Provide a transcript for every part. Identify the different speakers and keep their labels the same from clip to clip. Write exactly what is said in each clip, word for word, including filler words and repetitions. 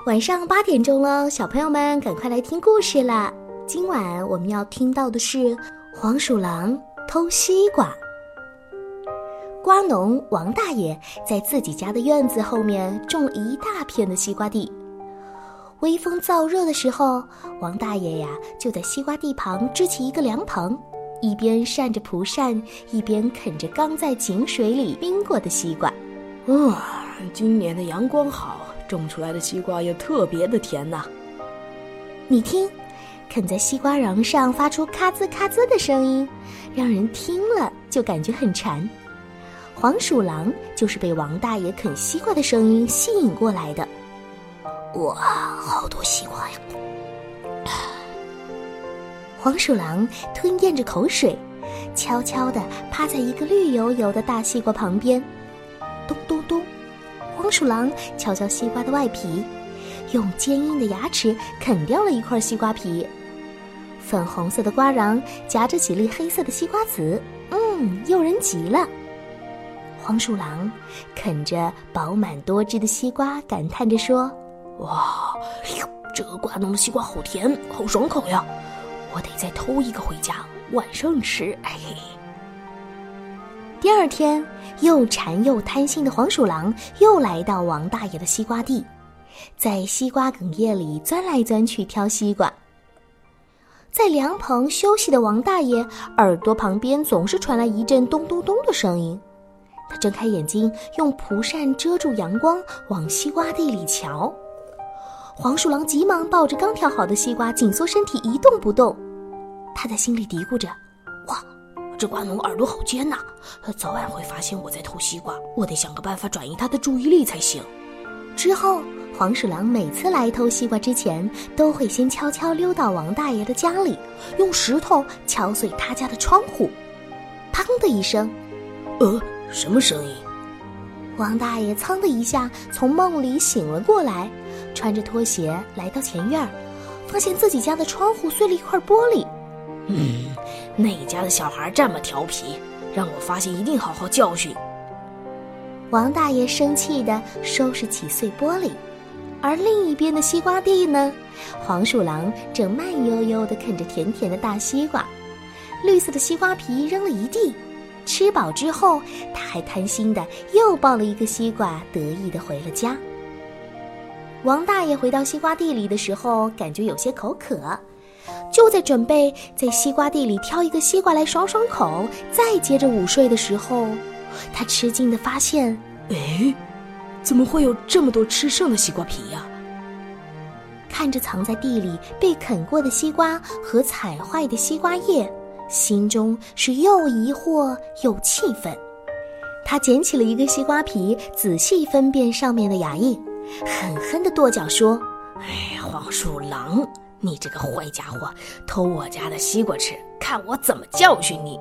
Speaker 1: 晚上八点钟喽，小朋友们赶快来听故事啦！今晚我们要听到的是黄鼠狼偷西瓜。瓜农王大爷在自己家的院子后面种了一大片的西瓜地。微风燥热的时候，王大爷呀就在西瓜地旁支起一个凉棚，一边扇着蒲扇，一边啃着刚在井水里冰过的西瓜。
Speaker 2: 嗯，今年的阳光好，种出来的西瓜也特别的甜呐。
Speaker 1: 你听，啃在西瓜瓤上发出咔吱咔吱的声音，让人听了就感觉很馋。黄鼠狼就是被王大爷啃西瓜的声音吸引过来的。
Speaker 3: 哇，好多西瓜呀！
Speaker 1: 黄鼠狼吞咽着口水，悄悄地趴在一个绿油油的大西瓜旁边。咚咚咚，黄鼠狼敲敲西瓜的外皮，用坚硬的牙齿啃掉了一块西瓜皮。粉红色的瓜瓤夹着几粒黑色的西瓜籽，嗯，诱人极了。黄鼠狼啃着饱满多汁的西瓜，感叹着说：
Speaker 3: 哇，这个瓜农的西瓜好甜，好爽口呀！我得再偷一个回家，晚上吃。哎嘿。
Speaker 1: 第二天，又馋又贪心的黄鼠狼又来到王大爷的西瓜地，在西瓜梗叶里钻来钻去挑西瓜。在凉棚休息的王大爷耳朵旁边总是传来一阵咚咚咚的声音，他睁开眼睛，用蒲扇遮住阳光，往西瓜地里瞧。黄鼠狼急忙抱着刚挑好的西瓜，紧缩身体一动不动。他在心里嘀咕着：
Speaker 3: 哇，这瓜农耳朵好尖呐，早晚会发现我在偷西瓜，我得想个办法转移他的注意力才行。
Speaker 1: 之后，黄鼠狼每次来偷西瓜之前，都会先悄悄溜到王大爷的家里，用石头敲碎他家的窗户。砰的一声，
Speaker 3: 呃，什么声音？
Speaker 1: 王大爷噌的一下从梦里醒了过来，穿着拖鞋来到前院，发现自己家的窗户碎了一块玻璃。
Speaker 3: 嗯，那家的小孩这么调皮，让我发现一定好好教训。
Speaker 1: 王大爷生气地收拾起碎玻璃，而另一边的西瓜地呢，黄鼠狼正慢悠悠地啃着甜甜的大西瓜，绿色的西瓜皮扔了一地。吃饱之后，他还贪心地又抱了一个西瓜，得意地回了家。王大爷回到西瓜地里的时候，感觉有些口渴，就在准备在西瓜地里挑一个西瓜来爽爽口，再接着午睡的时候，他吃惊地发现，
Speaker 3: 哎，怎么会有这么多吃剩的西瓜皮呀？
Speaker 1: 看着藏在地里被啃过的西瓜和踩坏的西瓜叶，心中是又疑惑又气愤。他捡起了一个西瓜皮，仔细分辨上面的牙印，狠狠地跺脚说：
Speaker 3: 哎，黄鼠狼，你这个坏家伙，偷我家的西瓜吃，看我怎么教训你！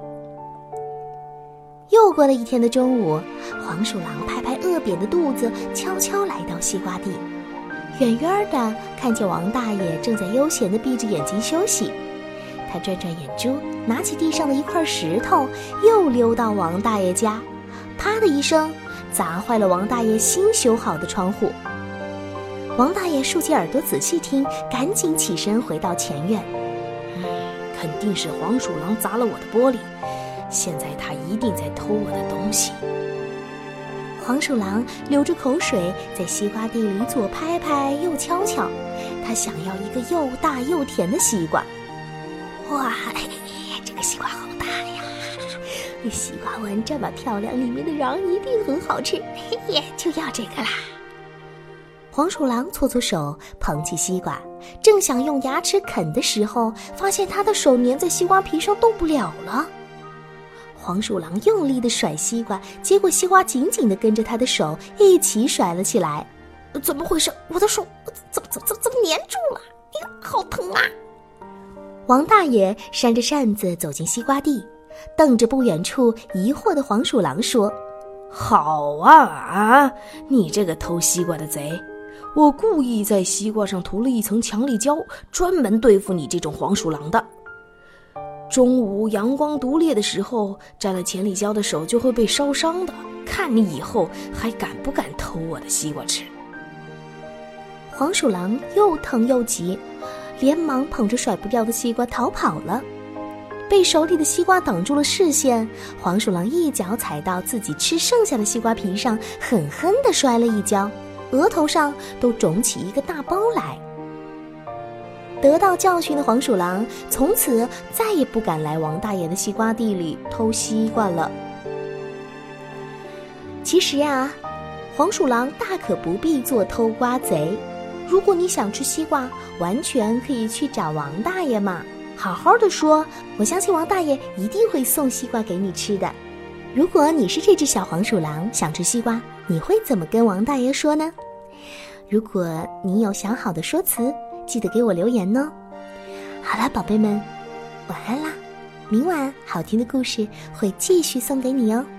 Speaker 1: 又过了一天的中午，黄鼠狼拍拍饿扁的肚子，悄悄来到西瓜地，远远的看见王大爷正在悠闲地闭着眼睛休息。他转转眼珠，拿起地上的一块石头，又溜到王大爷家，啪的一声砸坏了王大爷新修好的窗户。王大爷竖起耳朵仔细听，赶紧起身回到前院。
Speaker 3: 嗯，肯定是黄鼠狼砸了我的玻璃，现在他一定在偷我的东西。
Speaker 1: 黄鼠狼流着口水，在西瓜地里左拍拍右敲敲，他想要一个又大又甜的西瓜。哇，这个西瓜好大呀！西瓜纹这么漂亮，里面的瓤一定很好吃，嘿嘿，就要这个啦！黄鼠狼搓搓手，捧起西瓜，正想用牙齿啃的时候，发现他的手粘在西瓜皮上动不了了。黄鼠狼用力地甩西瓜，结果西瓜紧紧地跟着他的手一起甩了起来。
Speaker 3: 怎么回事？我的手怎么怎么怎么怎么粘住了？哎呀，好疼啊！
Speaker 1: 王大爷扇着扇子走进西瓜地，瞪着不远处疑惑的黄鼠狼说：
Speaker 3: 好啊啊，你这个偷西瓜的贼，我故意在西瓜上涂了一层强力胶，专门对付你这种黄鼠狼的。中午阳光毒烈的时候，沾了强力胶的手就会被烧伤的，看你以后还敢不敢偷我的西瓜吃。
Speaker 1: 黄鼠狼又疼又急，连忙捧着甩不掉的西瓜逃跑了。被手里的西瓜挡住了视线，黄鼠狼一脚踩到自己吃剩下的西瓜皮上，狠狠地摔了一跤，额头上都肿起一个大包来。得到教训的黄鼠狼从此再也不敢来王大爷的西瓜地里偷西瓜了。其实呀，黄鼠狼大可不必做偷瓜贼，如果你想吃西瓜，完全可以去找王大爷嘛，好好的说，我相信王大爷一定会送西瓜给你吃的。如果你是这只小黄鼠狼，想吃西瓜，你会怎么跟王大爷说呢？如果你有想好的说辞，记得给我留言哦。好了，宝贝们，晚安啦！明晚好听的故事会继续送给你哦。